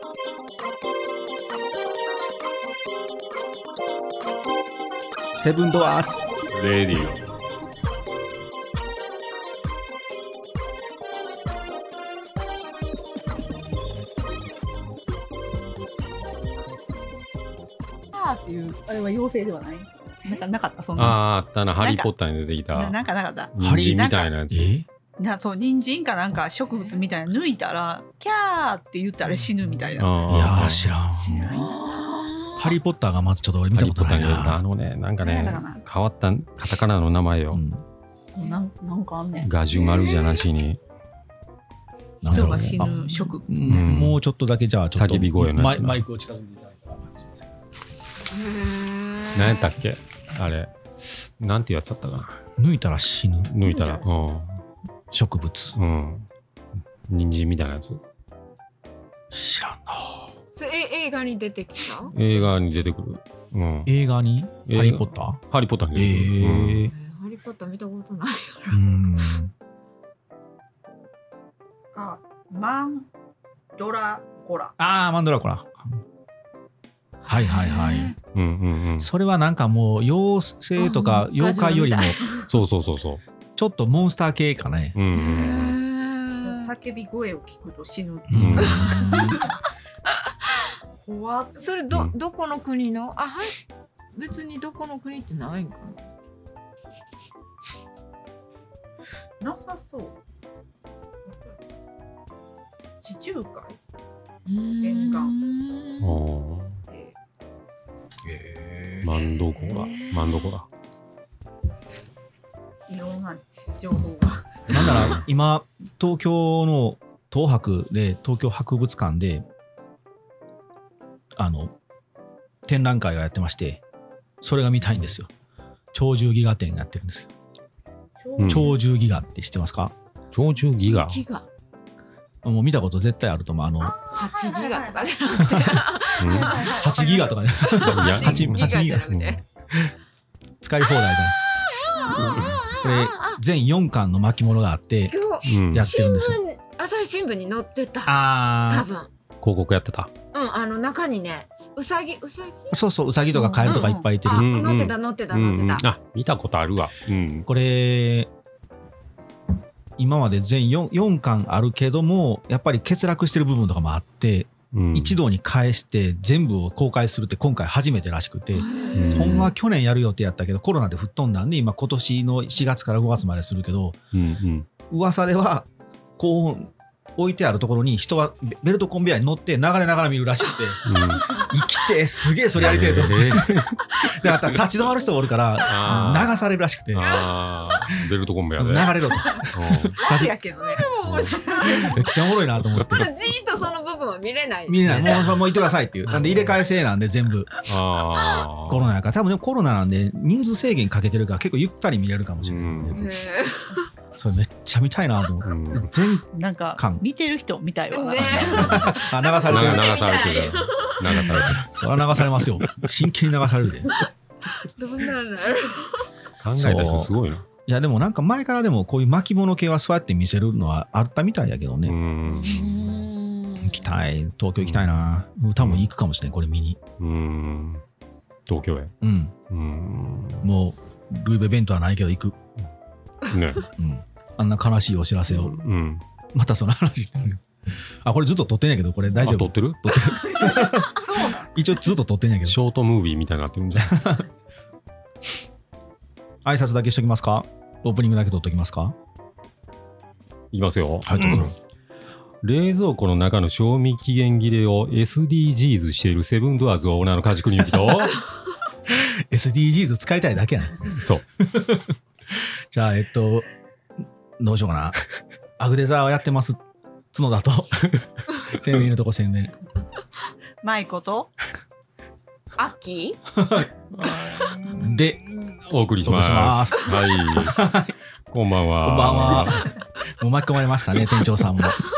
セブンドアーズレディオ。 っていうあれは妖精ではない。なかったそんな。 あったな、ハリーポッターに出てきた。 なかった人参みたいなやつ。 そう人参かなんか植物みたいな抜いたらキャーって言ったら死ぬみたいな。 いやー知らん。ハリーポッターがまずちょっと俺見たことないな。 なんかね変わったカタカナの名前よ。 なんかあんねん。 ガジュマルじゃなしに。 人が死ぬ植物。 もうちょっとだけじゃあちょっと叫び声のやつ。 マイクを近づけていただいたら。 何やったっけあれ。なんていうやつだったかな。 抜いたら死ぬ。 抜いたら。 植物。 人参みたいなやつ。 知らんな。 それ映画に出てきた？ 映画に出てくる。 映画にハリーポッター？ ハリーポッターに出てくる。 ハリーポッター見たことないあ、マンドラゴラ。 マンドラゴラ。はいはいはい。それはなんかもう妖精とか妖怪よりもそうちょっとモンスター系かね。 叫び声を聞くと死ぬっていう。 それどこの国の？はい。別にどこの国ってないんかな。なさそう。地中海。沿岸。 マンドコラ。 いろんな情報が。 なんなら今東京の東博で東京博物館で展覧会がやってまして、それが見たいんですよ。鳥獣戯画展やってるんですよ。鳥獣戯画って知ってますか？ 鳥獣戯画。 もう見たこと絶対あると思う。 8ギガとかじゃなくて 8ギガとかね。8ギガじゃなくて使い放題だ。これ全4巻の巻物があってやってるんですよ。 朝日新聞に載ってた。多分広告やってた。 中にね、うさぎそうウサギとかカエルとかいっぱいいてる。 載ってた。 見たことあるわ。 これ今まで全 4巻あるけども、やっぱり欠落してる部分とかもあって、一堂に返して全部を公開するって今回初めてらしくて、ほんま去年やる予定やったけどコロナで吹っ飛んだんで、今年の4月から5月までするけど、噂ではこう置いてあるところに人はベルトコンベヤーに乗って流れながら見るらしくて、生きてすげえそれやりてえと。でまた立ち止まる人がおるから流されるらしくて、 ベルトコンベヤーで流れろと。 立ちやけどね。 めっちゃおもろいなと思って。 じーっとその部分は見れない。 もう行ってくださいっていう。なんで入れ替え制なんで全部。コロナやから、多分でもコロナなんで人数制限かけてるから結構ゆったり見れるかもしれない。それめっちゃ見たいなと思って。全なんか見てる人みたいわ。 流されてる。それは流されますよ。真剣に流されるで。 どうなる？ 考えた人すごいな。 いやでもなんか前からでもこういう巻物系はそうやって見せるのはあったみたいやけどね。行きたい。東京行きたいな。多分行くかもしれんこれ見に。 東京へ。 もうルイベ弁当はないけど行く。 ね。 あんな悲しいお知らせを。またその話してる。これずっと撮ってんやけどこれ大丈夫？ 撮ってる？ 一応ずっと撮ってんやけど。 ショートムービーみたいになってるんじゃん。 挨拶だけしときますか？オープニングだけ撮っときますか？ いきますよ。 はい、どうぞ。 冷蔵庫の中の賞味期限切れを SDGs しているセブンドアーズオーナーの梶国之と SDGs 使いたいだけやね。 そうじゃあどうしようかな。アグデザーはやってます角田と宣伝のとこ宣伝。 マイコとアッキーでお送りします。はい。こんばんは。 こんばんは。もう巻き込まれましたね、店長さんも。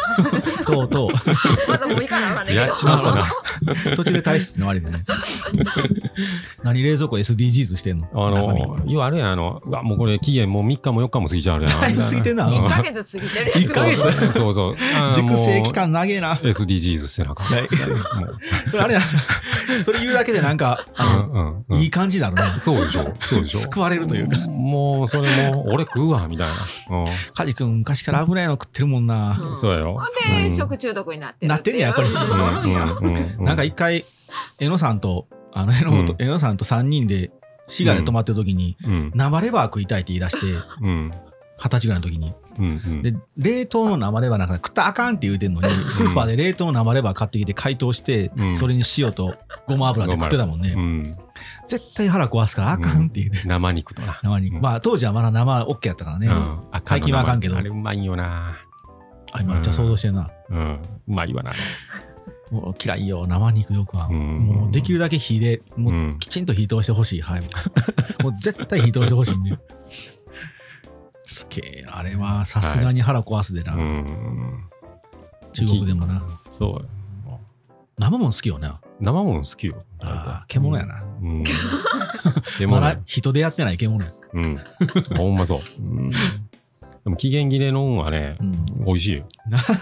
とうとまだもういかなあかんねんけどやっちまったな。 う途中で体質の割でね何冷蔵庫 SDGs してんの中身要はあれやうわもうこれ期限もう3日も4日も過ぎちゃうやん。 だいぶ過ぎてんな 1ヶ月過ぎてるやつ 1ヶ月そうそう。 熟成期間長えな。 SDGs してなあかん。 はいこれあれやそれ言うだけでなんかいい感じになるね。 そうでしょ。そうでしょ。 救われるというか。 もうそれもう俺食うわみたいな。 カジ君昔から危ないの食ってるもんな。 そうやよ。 ほんで食中毒になってるなってんねややっぱり。なんか一回江野さんと江野さんと3人で滋賀で泊まってる時に生レバー食いたいって言い出して20歳ぐらいの時に。で冷凍の生レバーなんか食ったらあかんって言うてんのにスーパーで冷凍の生レバー買ってきて解凍してそれに塩とごま油で食ってたもんね。絶対腹壊すからあかんって言うて生肉とな。 生肉まあ当時はまだ生 OK やったからね。解禁はあかんけどあれうまいよな。 今めっちゃ想像してんな。 うまいわな。 もう嫌いよ生肉よくはもうできるだけ火でもうきちんと火通してほしい。はいもう絶対火通してほしいんで。すげえあれはさすがに腹壊すでな。中国でもな。 そう生もん好きよね。 生もん好きよ。 獣やな。 まだ人でやってない獣や。 ほんまそう。でも期限切れのはね美味しいよ。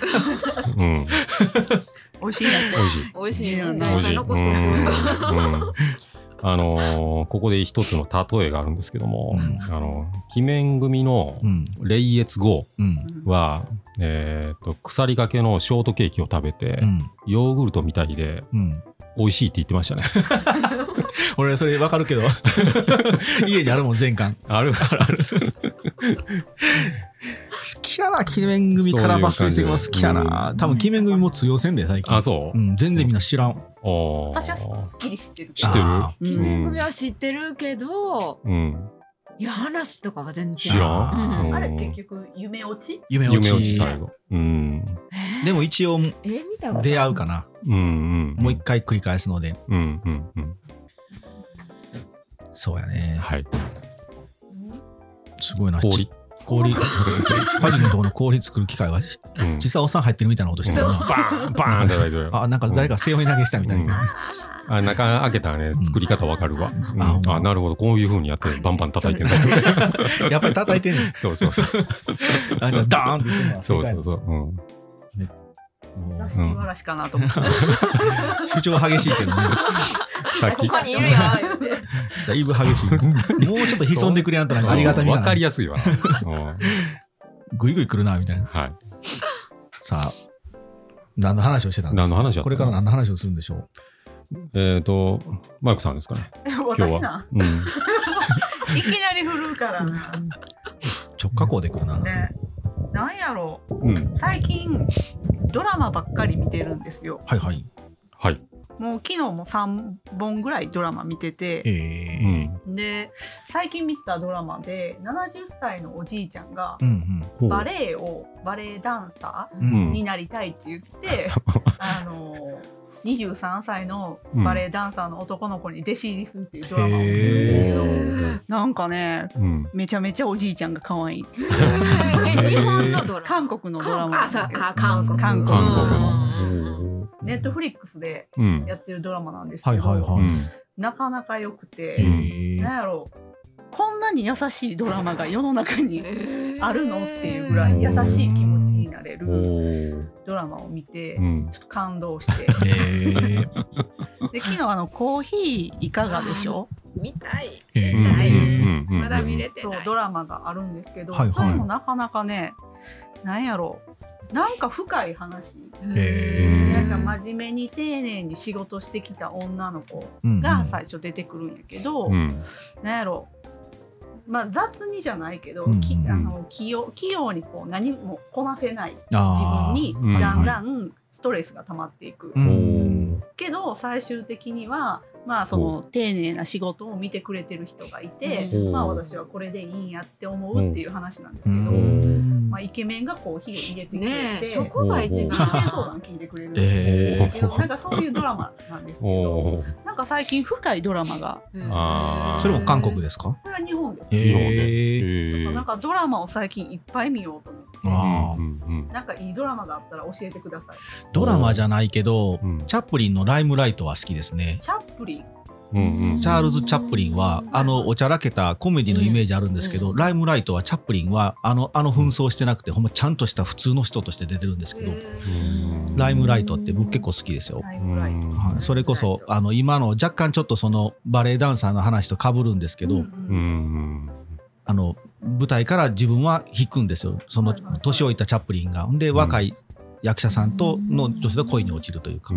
美味しいなって。 美味しいよね。 美味しい。 残しとく。 ここで一つの例えがあるんですけども、鬼面組のレイエツゴは、腐りかけのショートケーキを食べて、ヨーグルトみたいで美味しいって言ってましたね。 俺それ分かるけど家にあるもん全巻ある好きやな鬼面組から抜粋しても好きやな。多分鬼面組も通用せんで最近。 あそう全然みんな知らん。 私はすっきり知ってる。 知ってる？ 鬼面組は知ってるけどいや話とかは全然知らん。 あれ結局夢落ち最後。 でも一応出会うかな。もう一回繰り返すので。そうやね。 はい。 すごいな。氷カジ君のところの氷作る機械は実際おっさん入ってるみたいな音してるな。 バーンバーンって叩いてる。 あなんか誰か背負い投げしたみたいな。 中開けたらね作り方わかるわ。なるほどこういう風にやってバンバン叩いてる。 やっぱり叩いてんねん。 そうそうそう。 ダーンって言ってる。 そうそうそう。 らしいわらしかなと思って。 主張激しいけどね。 ここにいるや言うて。 だいぶ激しい。もうちょっと潜んでくれやんとなんかありがたみがわかりやすいわ。 ぐいぐい来るなみたいな。 はい。 さあ何の話をしてたんですか。 何の話だった？ これから何の話をするんでしょう。 マイクさんですかね。 私な。いきなり振るからな。 直下校で来るな。 なんやろう。最近ドラマばっかり見てるんですよ。 はいはい。 はい。 もう昨日も3本ぐらいドラマ見てて、で最近見たドラマで70歳のおじいちゃんがバレエダンサーになりたいって言って23歳のバレエダンサーの男の子に弟子入りするっていうドラマを見てるんですけど、なんかねめちゃめちゃおじいちゃんが可愛い。 日本のドラマ？ 韓国のドラマ。 韓国のネットフリックスでやってるドラマなんですけど、なかなか良くて、なんやろう、こんなに優しいドラマが世の中にあるのっていうぐらい優しい気持ちになれるドラマを見てちょっと感動して、で昨日コーヒーいかがでしょう見たいまだ見れてないドラマがあるんですけど、それもなかなかね、なんやろう、なんか深い話、なんか真面目に丁寧に仕事してきた女の子が最初出てくるんやけど、なんやろう、まあ雑にじゃないけど、器用にこう何もこなせない自分にだんだんストレスが溜まっていく、けど最終的にはまあその丁寧な仕事を見てくれてる人がいて、まあ私はこれでいいんやって思うっていう話なんですけど、 まあ、イケメンがコーヒーを入れてくれて、 そこが一番人生相談聞いてくれるんですけど、なんかそういうドラマなんですけど、なんか最近深いドラマが、 それも韓国ですか？ それは日本です。なんかドラマを最近いっぱい見ようと思って、なんかいいドラマがあったら教えてください。 ドラマじゃないけど、チャップリンのライムライトは好きですね。 チャップリン、 チャールズ・チャップリンはおちゃらけたコメディのイメージあるんですけど、ライムライトはチャップリンは紛争してなくてほんまちゃんとした普通の人として出てるんですけど、ライムライトって僕結構好きですよ。それこそ今の若干ちょっとそのバレエダンサーの話と被るんですけど、舞台から自分は引くんですよ、その年老いたチャップリンが。で若い役者さんとの女性と恋に落ちるというか、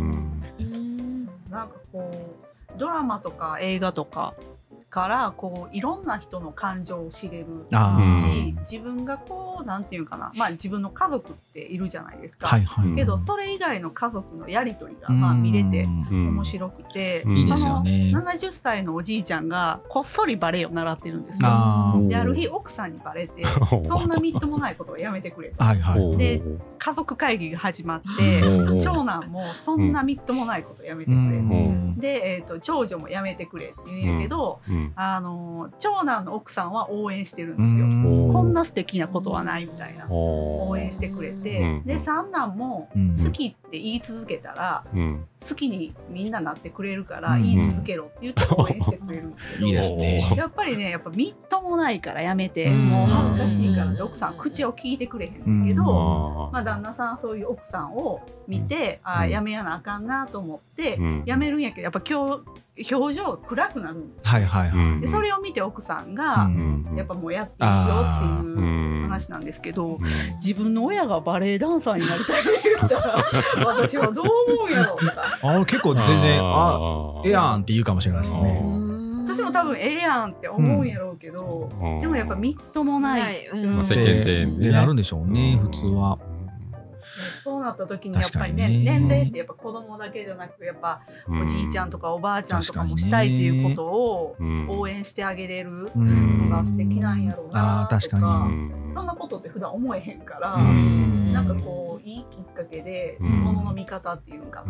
なんかこうドラマとか映画とかからこういろんな人の感情を知れるし、自分がこうなんていうかな、まあ自分の家族っているじゃないですか、けどそれ以外の家族のやり取りがまあ見れて面白くて、 いいですよね。 70歳のおじいちゃんがこっそりバレエを習ってるんですよ。である日奥さんにバレてそんなみっともないことをやめてくれとで家族会議が始まって長男もそんなみっともないことをやめてくれで、長女もやめてくれって言うんやけど、長男の奥さんは応援してるんですよ。こんな素敵なことはないみたいな応援してくれて、で三男も好きって言い続けたら、好きにみんななってくれるから言い続けろって言って応援してくれるんですけど、 いいですね。 やっぱりね、やっぱみっともないからやめて、もう恥ずかしいからで奥さん口を聞いてくれへんけど、まあ旦那さんはそういう奥さんを見て、やめやなあかんなと思ってやめるんやけど、やっぱ今日表情暗くなるんですよ。でそれを見て奥さんがやっぱもうやっていいよっていう話なんですけど、自分の親がバレエダンサーになりたいって言ったら私はどう思うんやろうとか結構全然ええやんって言うかもしれないですね。 私も多分ええやんって思うんやろうけど、でもやっぱみっともない世間でなるんでしょうね、普通は。 そうなった時にやっぱりね、年齢ってやっぱ子供だけじゃなくやっぱおじいちゃんとかおばあちゃんとかもしたいっていうことを応援してあげれるのが素敵なんやろうなとか、そんなことって普段思えへんから、なんかこういいきっかけで物の見方っていうのか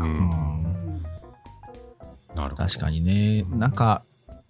な。 確かにね、なんか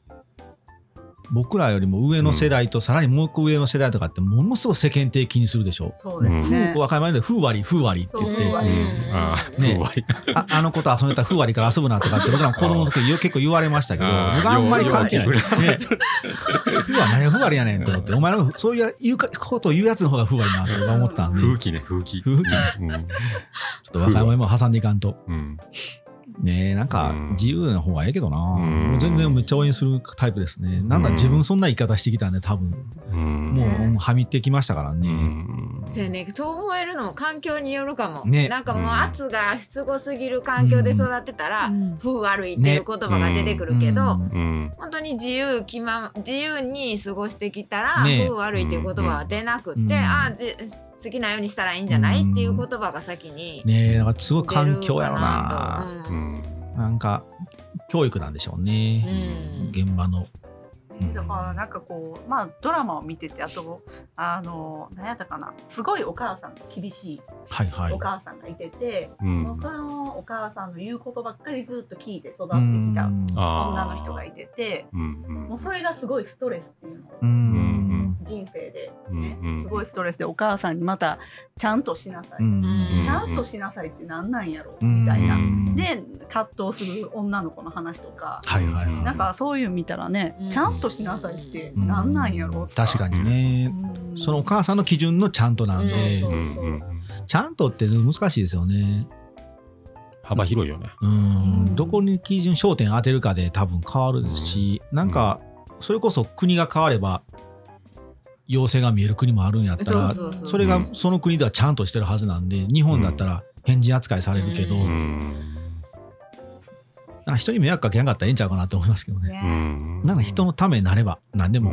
僕らよりも上の世代とさらにもう一個上の世代とかってものすごい世間体気にするでしょ。 そうですね。 若い前で風割り風割りって言ってね、あの子と遊んでた風割りから遊ぶなとかって僕ら子供の時結構言われましたけど、僕あんまり関係ない。風割り何が風割りやねんと思って、お前のそういうことを言うやつの方が風割りなと思ったんで。 風紀ね、風紀。ちょっと若い前も挟んでいかんと。ねえ、なんか自由な方がええけどな。全然めっちゃ応援するタイプですね。なんか自分そんな言い方してきたんで多分もうはみってきましたからね。 そう思えるのも環境によるかも。なんかもう圧がしつこすぎる環境で育ってたら風悪いっていう言葉が出てくるけど、本当に自由に過ごしてきたら風悪いっていう言葉は出なくって、好きなようにしたらいいんじゃないっていう言葉が先にねえ、なんかすごい環境やろな。なんか教育なんでしょうね、現場の。 だからなんかこう、まあドラマを見てて、あと何やったかな、すごいお母さんが厳しいお母さんがいてて、もうそのお母さんの言うことばっかりずっと聞いて育ってきた女の人がいてて、もうそれがすごいストレスっていうのを人生でね、すごいストレスで、お母さんにまたちゃんとしなさい、ちゃんとしなさいってなんなんやろみたいなで葛藤する女の子の話とか、なんかそういう見たらね、ちゃんとしなさいってなんなんやろって。 確かにね、そのお母さんの基準のちゃんとなんで、ちゃんとって難しいですよね。 幅広いよね。 どこに基準焦点当てるかで多分変わるし、なんかそれこそ国が変われば要請が見える国もあるんやったら、それがその国ではちゃんとしてるはずなんで、日本だったら変人扱いされるけど、なんか人に迷惑かけなかったらいいんちゃうかなと思いますけどね。なんか人のためになれば何でも。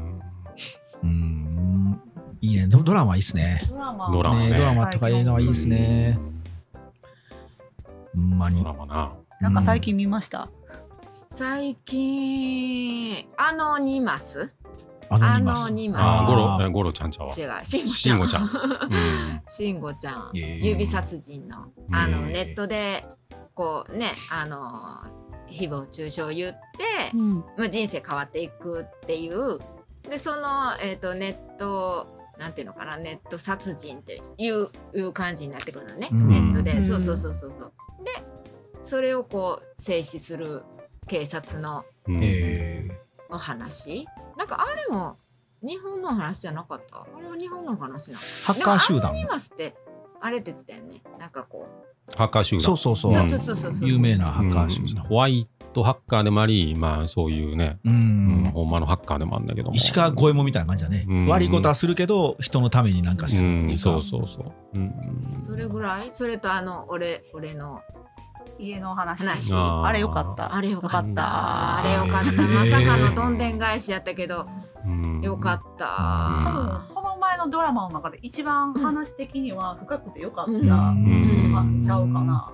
いいね。ドラマいいっすね。ドラマとか映画はいいっすね。ほんまに。 なんか最近見ました？ 最近アノニマス。 アノニマス。ゴロちゃんちゃうわ。 違う、慎吾ちゃん。慎吾ちゃん、指殺人のネットでこうね誹謗中傷を言って、人生変わっていくっていうでそのネットなんていうのかなネット殺人っていう感じになってくるのね、ネットでそうでそれをこう制止する警察のお話なんかあれも日本の話じゃなかったあれは日本の話なのハッカー集団アノニマスってあれって言ってたよねなんかこうハッカー集団そう有名なハッカー集団ホワイトハッカーでもありまあそういうねほんまのハッカーでもあるんだけども石川五右衛門みたいな感じだね悪いことはするけど人のためになんかするそうそれぐらいそれと俺の家の話あれよかったあれよかったまさかのどんでん返しやったけどよかったこの前のドラマの中で一番話的には深くてよかったちゃうかな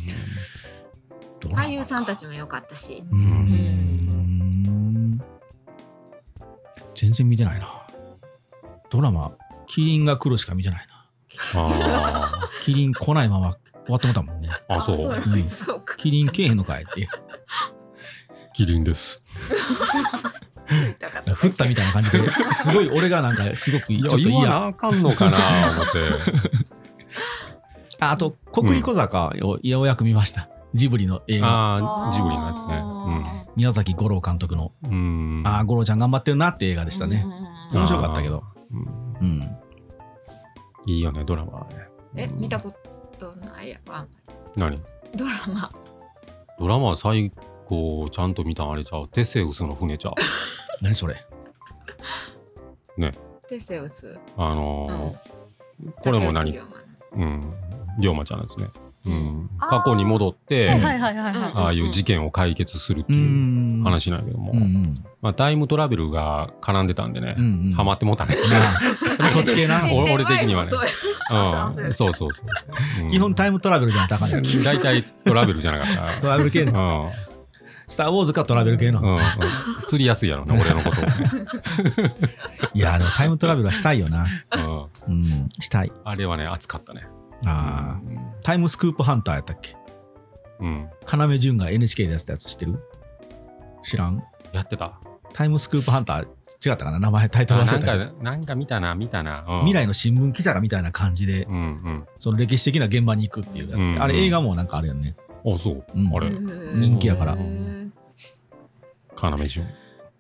俳優さんたちもよかったし全然見てないなドラマキリンが来るしか見てないなキリン来ないまま終わってもたもんねそうキリンけえへんのかいってキリンです振ったみたいな感じですごい俺がなんかすごくちょっと言わなあかんのかな思ってあと国立小坂をようやく見ましたジブリの映画ジブリのやつね宮崎吾郎監督の吾郎ちゃん頑張ってるなって映画でしたね面白かったけどいいよねドラマはね見たことないや何ドラマは最後ちゃんと見たんあれちゃうテセウスの船ちゃう何それねテセウスこれも何龍馬ちゃんですね過去に戻ってああいう事件を解決するっていう話なんやけどもまあタイムトラベルが絡んでたんでねハマってもたねそっち系な俺的にはねそう基本タイムトラベルじゃなかった大体トラベルじゃなかったトラベル系のスター・ウォーズかトラベル系の釣りやすいやろな俺のこといやでもタイムトラベルはしたいよなしたいあれはね熱かったねタイムスクープハンターやったっけ要潤が NHK でやったやつ知ってる知らんやってたタイムスクープハンター違ったかな名前タイトル忘れたなんか見たな未来の新聞記者がみたいな感じでその歴史的な現場に行くっていうやつあれ映画もなんかあるよねそうあれ人気やから要潤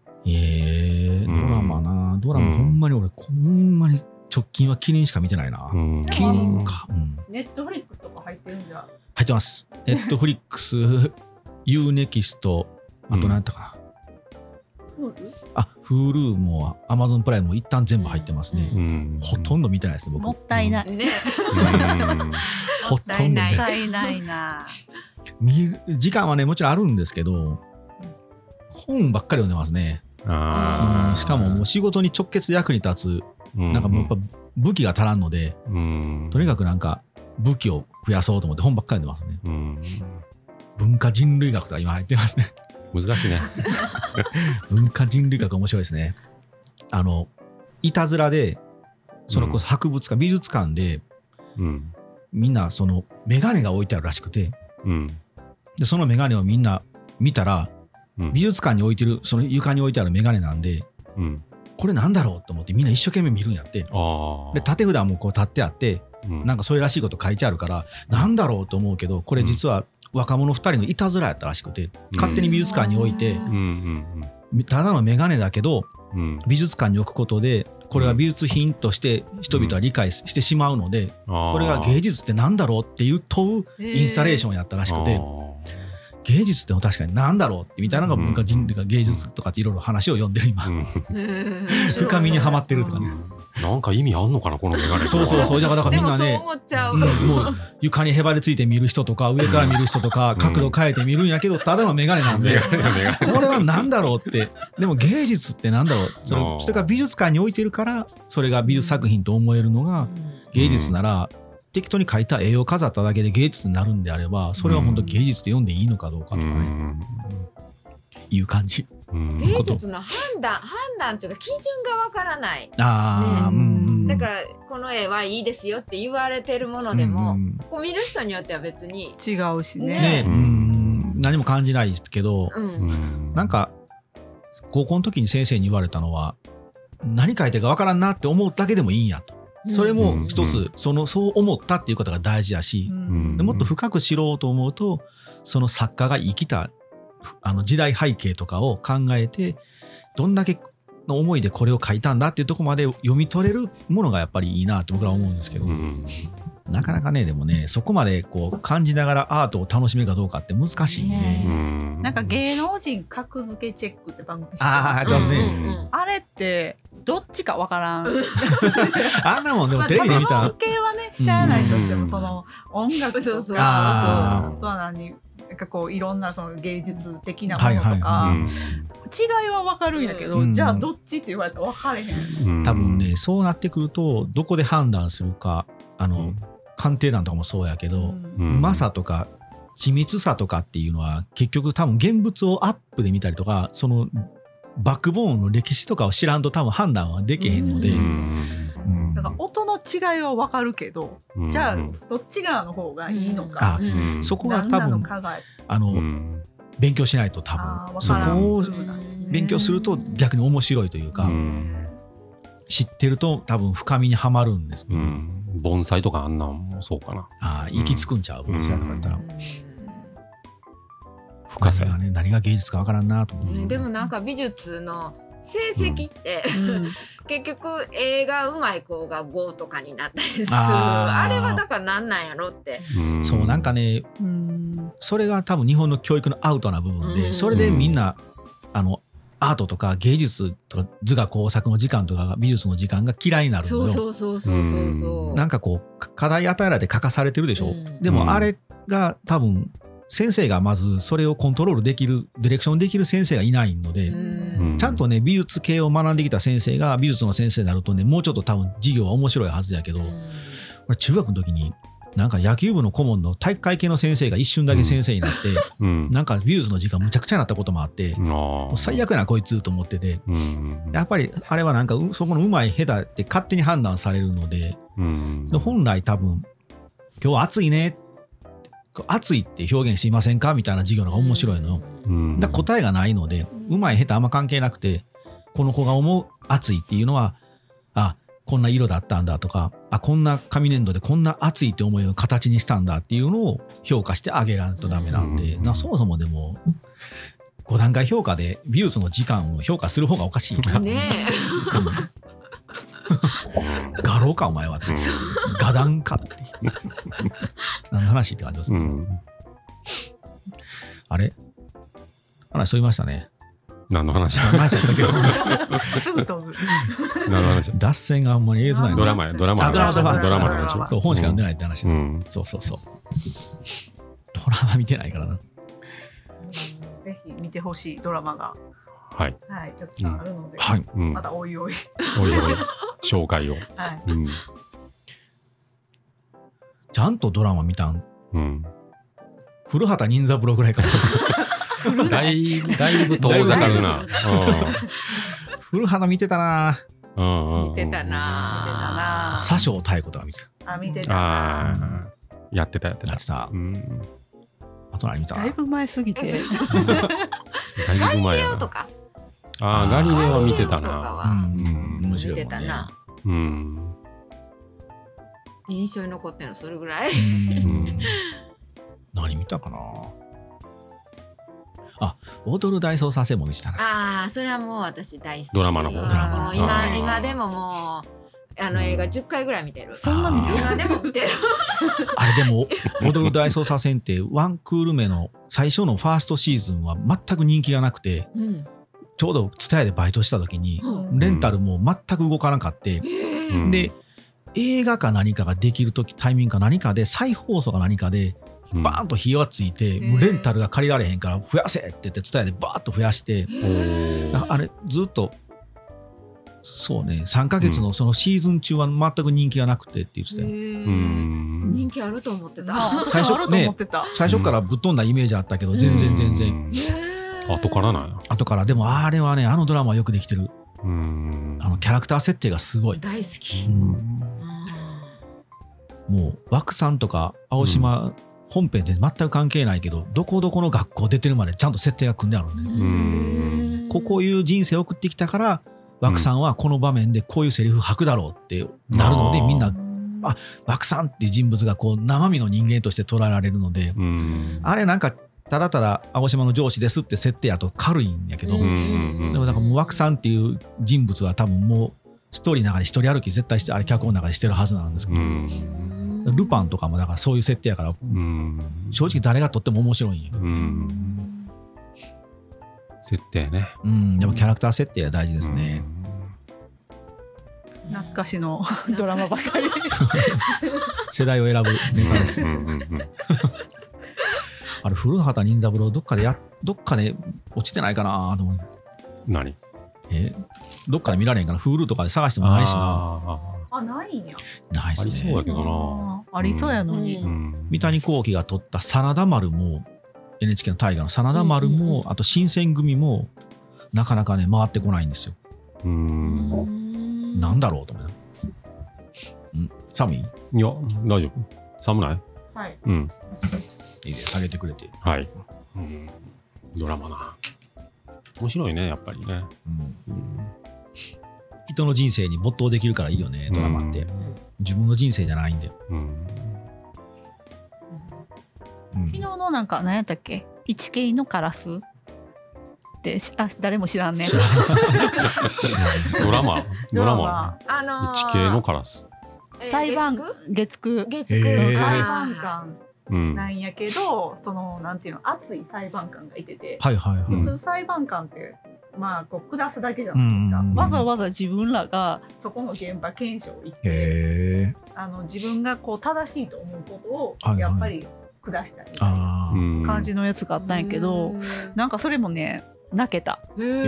ドラマほんまに俺ほんまに直近はキリンしか見てないなキリンかネットフリックスとか入ってるんじゃ入ってますネットフリックスUNEXT あと何やったかなHulu も Amazon プライムも一旦全部入ってますねほとんど見てないです僕もったいないほとんどもったいないな見る時間はねもちろんあるんですけど本ばっかり読んでますねしかももう仕事に直結で役に立つなんかもうやっぱ武器が足らんのでとにかくなんか武器を増やそうと思って本ばっかり読んでますね文化人類学とか今入ってますね難しいね文化人類学面白いですねいたずらでそのこそ博物館美術館でみんなそのメガネが置いてあるらしくてでそのメガネをみんな見たら美術館に置いてるその床に置いてあるメガネなんでこれなんだろうと思ってみんな一生懸命見るんやってで縦札もこう立ってあってなんかそれらしいこと書いてあるからなんだろうと思うけどこれ実は若者2人のいたずらやったらしくて勝手に美術館に置いてただのメガネだけど美術館に置くことでこれは美術品として人々は理解してしまうのでこれが芸術ってなんだろうっていう問うインスタレーションやったらしくて芸術って確かに何だろうってみたいなのが文化人類が芸術とかっていろいろ話を読んでる今深みにはまってるとかねなんか意味あんのかなこのメガネそうだからみんなねもう床にへばりついて見る人とか上から見る人とか角度変えて見るんやけどただのメガネなんでこれは何だろうってでも芸術って何だろうそれが美術館に置いてるからそれが美術作品と思えるのが芸術なら適当に描いた絵を飾っただけで芸術になるんであればそれは本当芸術って読んでいいのかどうかとかねいう感じ芸術の判断というか基準がわからない、だからこの絵はいいですよって言われてるものでも、こう見る人によっては別に違うしね、 何も感じないけど、なんか高校の時に先生に言われたのは、何書いてるかわからんなって思うだけでもいいんやと。それも一つ、そう思ったっていうことが大事だし、もっと深く知ろうと思うと、その作家が生きた時代背景とかを考えて、どんだけの思いでこれを書いたんだっていうところまで読み取れるものがやっぱりいいなって僕らは思うんですけど、なかなかね、でもね、そこまでこう感じながらアートを楽しめるかどうかって難しいね。 なんか芸能人格付けチェックって番組してますね。 あれってどっちかわからん。 あんなもんでもテレビで見た。 統計はね、しゃあないとしても、その音楽とか、あとは何、なんかこういろんなその芸術的なものとか、違いは分かるんやけど、じゃあどっちって言われたら分かれへん。 多分ね、そうなってくるとどこで判断するか、鑑定団とかもそうやけど、うまさとか緻密さとかっていうのは結局多分現物をアップで見たりとか、そのバックボーンの歴史とかを知らんと多分判断はできへんので、 だから音の違いは分かるけど、じゃあどっち側の方がいいのか、 そこが多分勉強しないと多分そこを勉強すると逆に面白いというか、知ってると多分深みにはまるんですけど、 盆栽とかあんなんもそうかな。 行き着くんちゃう、盆栽とかだったら。 深さがね、何が芸術かわからんなと思う。 でもなんか美術の成績って、結局映画うまい子が5とかになったりする。あれはだからなんなんやろって。 そうなんかね、それが多分日本の教育のアウトな部分で、それでみんなアートとか芸術とか図画工作の時間とか美術の時間が嫌いになるのよ。 そうなんかこう課題与えられて書かされてるでしょ。でもあれが多分先生がまずそれをコントロールできる、ディレクションできる先生がいないので、ちゃんとね美術系を学んできた先生が美術の先生になるとね、もうちょっと多分授業は面白いはずやけど、俺中学の時になんか野球部の顧問の体育会系の先生が一瞬だけ先生になって、なんか美術の時間むちゃくちゃになったこともあって、もう最悪やなこいつと思ってて、やっぱりあれはなんかそこのうまい下手って勝手に判断されるので、本来多分今日暑いね、暑いって表現していませんかみたいな授業の方が面白いのよ。だから答えがないので、うまい下手あんま関係なくて、この子が思う暑いっていうのは、こんな色だったんだとか、こんな紙粘土でこんな熱いって思いを形にしたんだっていうのを評価してあげないとダメなんで、そもそもでも5段階評価で美術の時間を評価する方がおかしいんですよね。画廊かお前はって、画壇かって何の話って感じですね。あれ話しとりましたね。 何の話だったけどすぐ飛ぶ。 何の話？ 脱線があんまり映像ない。 ドラマの話。 そう、本しか読んでないって話。そう。ドラマ見てないからな。 ぜひ見てほしいドラマがはいたくさんあるので、またおいおい紹介を。 ちゃんとドラマ見たん。古畑任三郎ぐらいかな。 だいぶ遠ざかるな。 古畑見てたな。 見てたな。 佐生妙子とか見てた。 見てた。 やってた。 あと何見た？ だいぶ前すぎて。 ガリレオとか。 ガリレオは見てたな。 面白い。 見てたな。印象に残ってるのそれぐらい。 何見たかな。踊る大捜査線も見てたな。 それはもう私大好き。 ドラマの方。 今でももう映画10回ぐらい見てる。 そんな見てる？ 今でも見てる。 あれでも踊る大捜査線ってワンクール目の最初のファーストシーズンは全く人気がなくて、ちょうどTSUTAYAでバイトした時にレンタルも全く動かなかって、で映画か何かができる時タイミングか何かで再放送か何かでバーンと火がついて、もうレンタルが借りられへんから増やせって言ってTSUTAYAでバーッと増やして、あれずっとそうね3ヶ月のそのシーズン中は全く人気がなくてって言ってたよ。 人気あると思ってた。 最初からぶっ飛んだイメージあったけど全然。 後からなんや。 後から。でもあれはね、あのドラマはよくできてる。キャラクター設定がすごい。 大好き。 もう枠さんとか青島本編で全く関係ないけど、どこどこの学校出てるまでちゃんと設定が組んであるんで、こういう人生を送ってきたから枠さんはこの場面でこういうセリフ吐くだろうってなるので、みんな枠さんっていう人物がこう生身の人間として捉えられるので、あれなんかただただ青島の上司ですって設定やと軽いんやけど、でもだからもう枠さんっていう人物は多分もうストーリーの中で一人歩き絶対してあれ脚本の中でしてるはずなんですけど、ルパンとかもだからそういう設定やから、正直誰が撮っても面白いんやけどね。 設定ね。 でもキャラクター設定は大事ですね。 懐かしのドラマばかり。 世代を選ぶネタです。あれ古畑任三郎どっかで落ちてないかなと思う。 何？ どっかで見られんかな。Huluとかで探してもないしな。 ないんや。 ないっすね。 ありそうやけどな。 ありそうやのに。 三谷幸喜が撮った真田丸も NHK の大河の真田丸も、あと新選組もなかなかね回ってこないんですよ。なんだろうと思う。寒い？ いや大丈夫。寒ない？ はい。 いいです。下げてくれて。 はい。ドラマな。面白いねやっぱりね。 人の人生に没頭できるからいいよね、ドラマって。自分の人生じゃないんで。 昨日のなんか何やったっけ、一系のカラスって誰も知らんね。 ドラマ一系のカラス。 裁判月9裁判官なんやけど、そのなんていうの、熱い裁判官がいてて、普通裁判官ってまあこう下すだけじゃないですか。わざわざ自分らがそこの現場検証行って、自分がこう正しいと思うことをやっぱり下したりみたいな感じのやつがあったんやけど、なんかそれもね泣けた。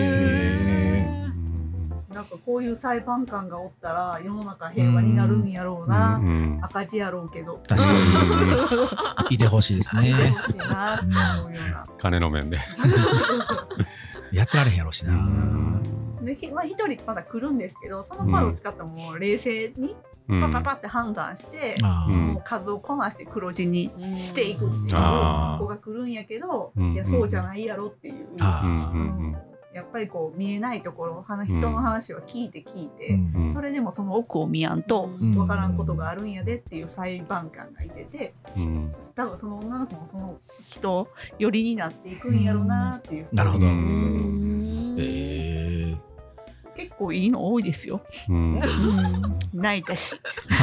なんかこういう裁判官がおったら世の中平和になるんやろうな、赤字やろうけど確かにいてほしいですね。 いてほしいなって思うような金の面でやってられへんやろうしな。 で、一人まだ来るんですけど、そのカードを使ったらもう冷静にパパパって判断して、もう数をこなして黒字にしていくっていう子が来るんやけど、いやそうじゃないやろっていう、やっぱりこう見えないところ、人の話を聞いて、それでもその奥を見やんと分からんことがあるんやでっていう裁判官がいてて、多分その女の子もその人寄りになっていくんやろうなっていう。 なるほど。 結構いいの多いですよ。泣いたし。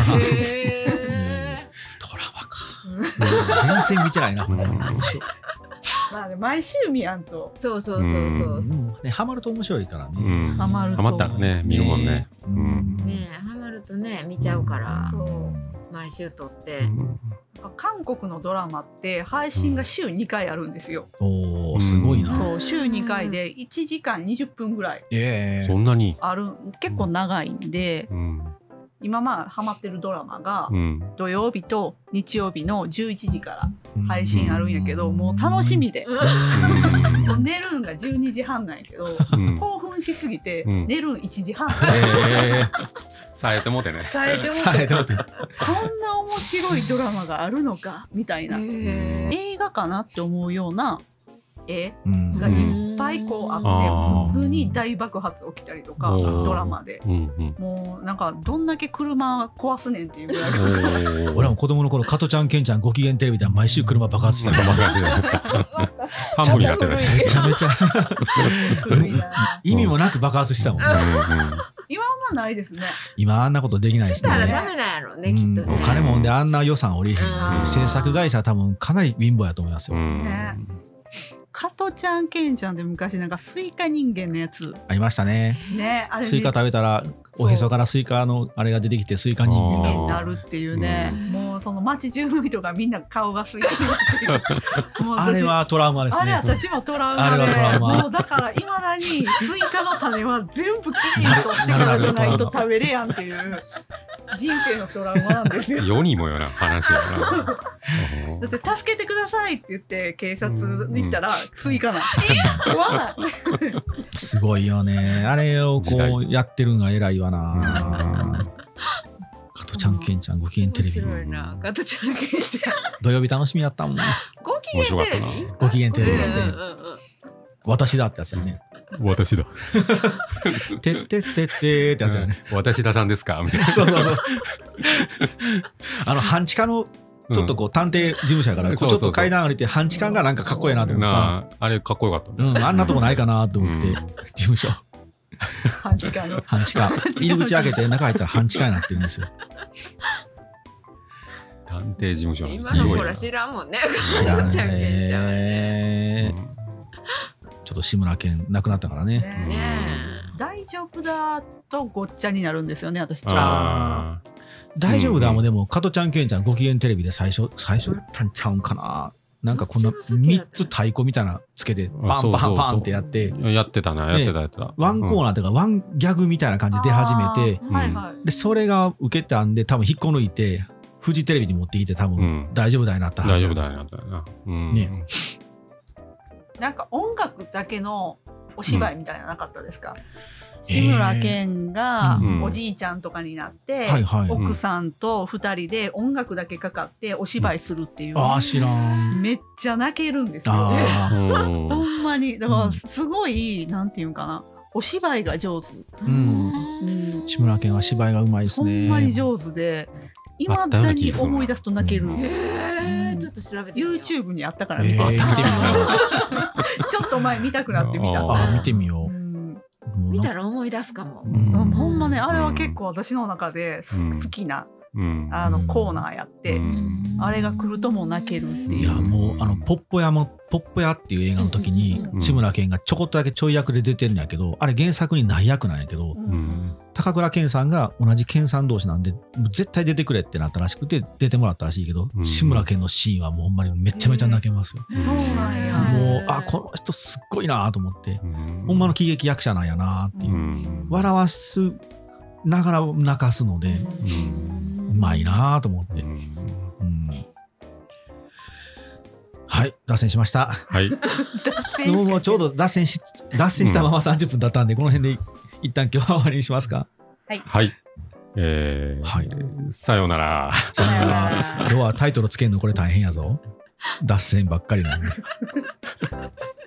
ドラマか。全然見てないな。 まあ毎週見やんと。 そうね、ハマると面白いからね。 ハマったらね見るもんね。 ハマるとね見ちゃうから毎週撮って。 韓国のドラマって配信が週2回あるんですよ。 おー、すごいな。 そう週2回で1時間20分ぐらいそんなにある、結構長いんで、今まあハマってるドラマが土曜日と日曜日の11時から配信あるんやけど、もう楽しみでもう寝るんが12時半なんやけど、興奮しすぎて寝るん1時半。 さえてもてね。 さえてもてこんな面白いドラマがあるのかみたいな、映画かなって思うような絵がいっぱいこうあって、普通に大爆発起きたりとか、ドラマでもうなんかどんだけ車壊すねんっていうぐらい。 俺も子供の頃加トちゃんケンちゃんご機嫌テレビでは毎週車爆発してた。 半分になってるし、 めちゃめちゃ意味もなく爆発したもん。 今はないですね。 今あんなことできないですね。 したらダメなんやろね、きっとね。 お金もんであんな予算おりへん。制作会社多分かなり貧乏やと思いますよ。 加トちゃんケンちゃんで昔なんかスイカ人間のやつありましたね。 あれスイカ食べたらおへそからスイカのあれが出てきてスイカ人間になるっていうね。もうその街中の人がみんな顔がスイカになってる。 あれはトラウマですね。 あれ私もトラウマで、もうだからいまだにスイカの種は全部きれいに取ってからじゃないと食べれやんっていう人生のトラウマなんですよ。 世にもよな話やな。 だって助けてくださいさいって言って警察に行ったらスイカない。食わない。 すごいよね。あれをこうやってるんが偉いわな。加トちゃんケンちゃんご機嫌テレビ。 面白いな。加トちゃんケンちゃん。 土曜日楽しみやったもんね。 ご機嫌テレビ？ ご機嫌テレビして。私だってやつやね。 私だ。 てってってってってやつやね。 私ださんですかみたいな。 そう。半地下のちょっとこう探偵事務所やからちょっと階段歩いて半地下がなんかかっこいいなと思ってさ。 あれかっこよかった。 あんなとこないかなと思って事務所。 半地下の。 半地下。入り口開けて中入ったら半地下になってるんですよ。 探偵事務所。 今の子ら知らんもんね。 知らんね。ちょっと志村けん亡くなったからね。 大丈夫だとごっちゃになるんですよね、私は。 大丈夫だもでも加トちゃんけんちゃんご機嫌テレビで最初やったんちゃうんかな。なんかこんな3つ太鼓みたいなつけてパンパンパンってやってやってた。ワンコーナーというかワンギャグみたいな感じで出始めて、でそれが受けたんで多分引っこ抜いてフジテレビに持ってきて多分大丈夫だになったはず。 大丈夫だになったな。 なんか音楽だけのお芝居みたいななかったですか？志村けんがおじいちゃんとかになって、奥さんと2人で音楽だけかかってお芝居するっていう、 知らん。 めっちゃ泣けるんですよ。ほんまにだからすごいなんていうんかな、お芝居が上手。 志村けんは芝居がうまいですね。 ほんまに上手で未だに思い出すと泣ける。 ちょっと調べて YouTube にあったから見てみよう。ちょっと前見たくなってみた。 見てみよう。 見たら思い出すかも。 ほんまね、あれは結構私の中で好きなコーナーやって、あれが来るともう泣けるっていう。 いやもうポッポ屋っていう映画の時に志村けんがちょこっとだけちょい役で出てるんやけど、あれ原作にない役なんやけど、高倉健さんが同じ健さん同士なんで絶対出てくれってなったらしくて出てもらったらしいけど、志村けんのシーンはもうほんまにめちゃめちゃ泣けますよ。 そうなんや。 もうこの人すっごいなと思って、ほんまの喜劇役者なんやなっていう、笑わすながら泣かすのでうまいなと思って。はい、脱線しました。 はい。 もうちょうど脱線したまま30分経ったんで、この辺で一旦今日は終わりにしますか。 はい。さようなら。 さようなら。今日はタイトルつけるのこれ大変やぞ。脱線ばっかりなんで。